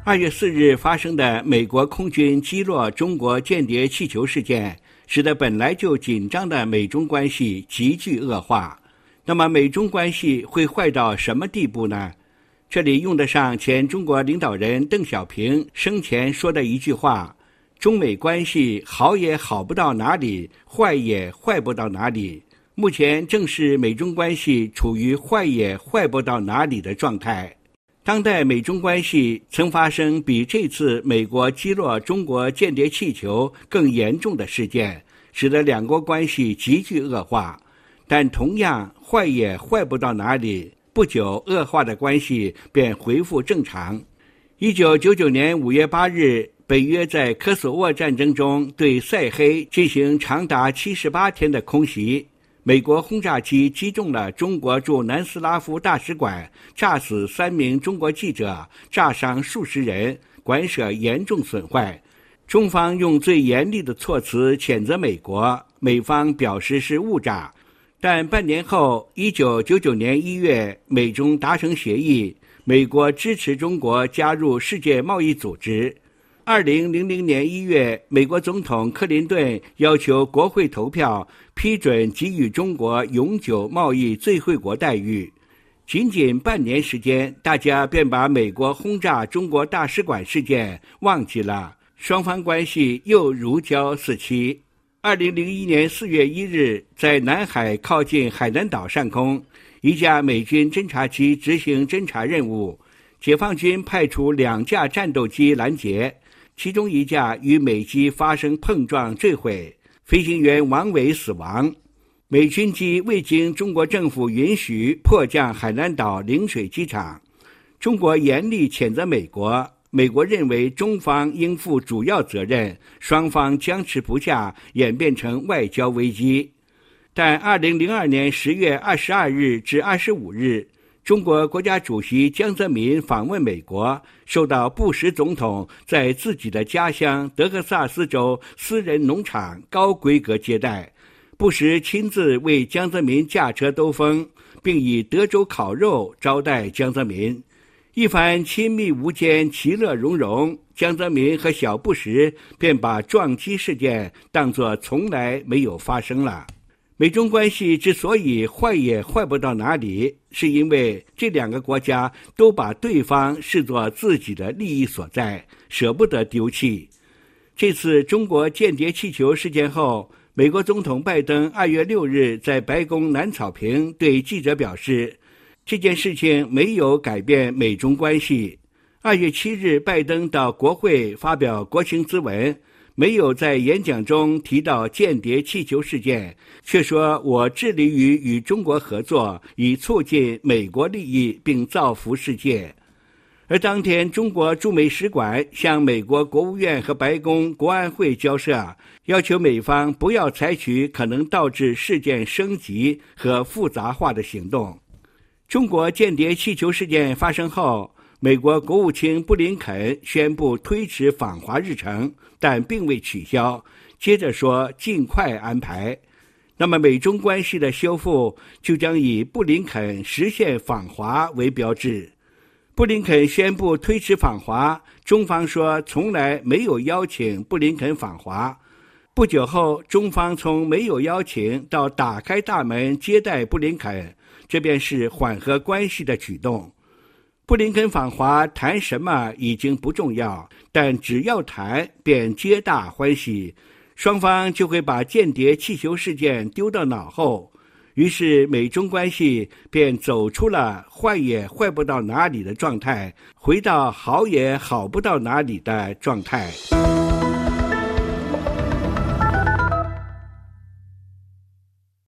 2月4日发生的美国空军击落中国间谍气球事件，使得本来就紧张的美中关系急剧恶化。那么美中关系会坏到什么地步呢？这里用得上前中国领导人邓小平生前说的一句话：中美关系好也好不到哪里，坏也坏不到哪里。目前正是美中关系处于坏也坏不到哪里的状态。当代美中关系曾发生比这次美国击落中国间谍气球更严重的事件，使得两国关系急剧恶化。但同样坏也坏不到哪里，不久恶化的关系便恢复正常。1999年5月8日，北约在科索沃战争中对塞黑进行长达78天的空袭。美国轰炸机击中了中国驻南斯拉夫大使馆，炸死3名中国记者，炸伤数十人，馆舍严重损坏。中方用最严厉的措辞谴责美国，美方表示是误炸。但半年后，1999年1月，美中达成协议，美国支持中国加入世界贸易组织。2000年1月，美国总统克林顿要求国会投票批准给予中国永久贸易最惠国待遇。仅仅半年时间，大家便把美国轰炸中国大使馆事件忘记了，双方关系又如胶似漆。2001年4月1日，在南海靠近海南岛上空，一架美军侦察机执行侦察任务，解放军派出2架战斗机拦截，其中一架与美机发生碰撞坠毁，飞行员王伟死亡。美军机未经中国政府允许迫降海南岛陵水机场。中国严厉谴责美国，美国认为中方应负主要责任，双方僵持不下，演变成外交危机。但2002年10月22日至25日，中国国家主席江泽民访问美国，受到布什总统在自己的家乡德克萨斯州私人农场高规格接待。布什亲自为江泽民驾车兜风，并以德州烤肉招待江泽民。一番亲密无间，其乐融融，江泽民和小布什便把撞击事件当作从来没有发生了。美中关系之所以坏也坏不到哪里，是因为这2个国家都把对方视作自己的利益所在，舍不得丢弃。这次中国间谍气球事件后，美国总统拜登2月6日在白宫南草坪对记者表示，这件事情没有改变美中关系。2月7日，拜登到国会发表国情咨文，没有在演讲中提到间谍气球事件，却说我致力于与中国合作，以促进美国利益并造福世界。而当天，中国驻美使馆向美国国务院和白宫国安会交涉，要求美方不要采取可能导致事件升级和复杂化的行动。中国间谍气球事件发生后，美国国务卿布林肯宣布推迟访华日程，但并未取消，接着说尽快安排。那么美中关系的修复就将以布林肯实现访华为标志。布林肯宣布推迟访华，中方说从来没有邀请布林肯访华。不久后，中方从没有邀请到打开大门接待布林肯，这便是缓和关系的举动。布林肯访华谈什么已经不重要，但只要谈便皆大欢喜，双方就会把间谍气球事件丢到脑后，于是美中关系便走出了坏也坏不到哪里的状态，回到好也好不到哪里的状态。